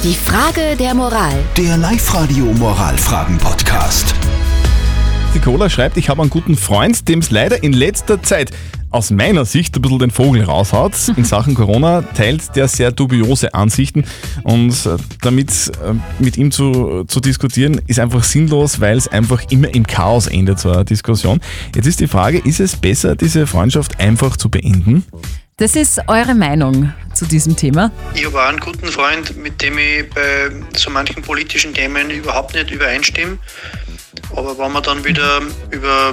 Die Frage der Moral. Der Live-Radio-Moralfragen-Podcast. Die Cola schreibt, ich habe einen guten Freund, dem es leider in letzter Zeit aus meiner Sicht ein bisschen den Vogel raushaut. In Sachen Corona teilt der sehr dubiose Ansichten und damit mit ihm zu diskutieren ist einfach sinnlos, weil es einfach immer im Chaos endet, so eine Diskussion. Jetzt ist die Frage, ist es besser, diese Freundschaft einfach zu beenden? Das ist eure Meinung zu diesem Thema? Ich habe auch einen guten Freund, mit dem ich bei so manchen politischen Themen überhaupt nicht übereinstimme. Aber wenn wir dann wieder über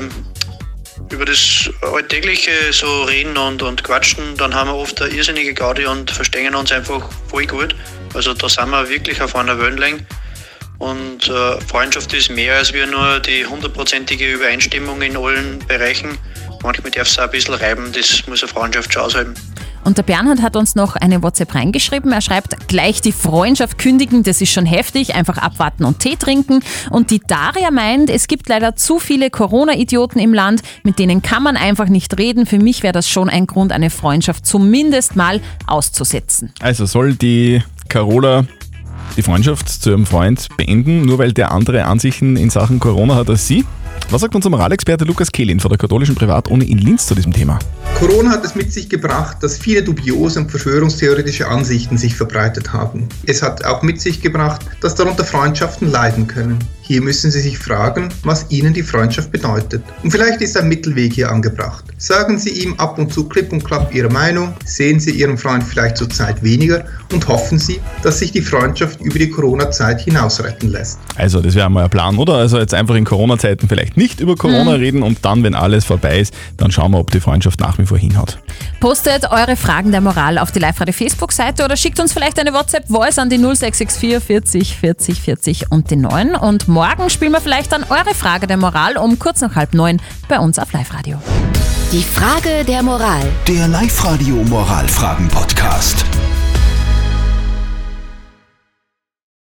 das Alltägliche so reden und quatschen, dann haben wir oft eine irrsinnige Gaudi und verstehen uns einfach voll gut. Also da sind wir wirklich auf einer Wellenlänge. Und Freundschaft ist mehr als wir nur die 100%ige Übereinstimmung in allen Bereichen. Manchmal darf es auch ein bisschen reiben, das muss eine Freundschaft schon aushalten. Und der Bernhard hat uns noch eine WhatsApp reingeschrieben. Er schreibt, gleich die Freundschaft kündigen, das ist schon heftig, einfach abwarten und Tee trinken. Und die Daria meint, es gibt leider zu viele Corona-Idioten im Land, mit denen kann man einfach nicht reden. Für mich wäre das schon ein Grund, eine Freundschaft zumindest mal auszusetzen. Also soll die Carola die Freundschaft zu ihrem Freund beenden, nur weil der andere Ansichten in Sachen Corona hat als sie? Was sagt unser Moralexperte Lukas Kehlin von der katholischen Privatuni in Linz zu diesem Thema? Corona hat es mit sich gebracht, dass viele dubiose und verschwörungstheoretische Ansichten sich verbreitet haben. Es hat auch mit sich gebracht, dass darunter Freundschaften leiden können. Hier müssen Sie sich fragen, was Ihnen die Freundschaft bedeutet. Und vielleicht ist ein Mittelweg hier angebracht. Sagen Sie ihm ab und zu klipp und klapp Ihre Meinung, sehen Sie Ihren Freund vielleicht zur Zeit weniger und hoffen Sie, dass sich die Freundschaft über die Corona-Zeit hinaus retten lässt. Also das wäre mal ein Plan, oder? Also jetzt einfach in Corona-Zeiten vielleicht nicht über Corona reden und dann, wenn alles vorbei ist, dann schauen wir, ob die Freundschaft nach wie vor hinhaut. Postet eure Fragen der Moral auf die Live-Radio-Facebook-Seite oder schickt uns vielleicht eine WhatsApp-Voice an die 0664 40 40 40 und den 9. Und morgen spielen wir vielleicht dann eure Frage der Moral um kurz nach 8:30 bei uns auf Live-Radio. Die Frage der Moral. Der Live-Radio-Moralfragen-Podcast.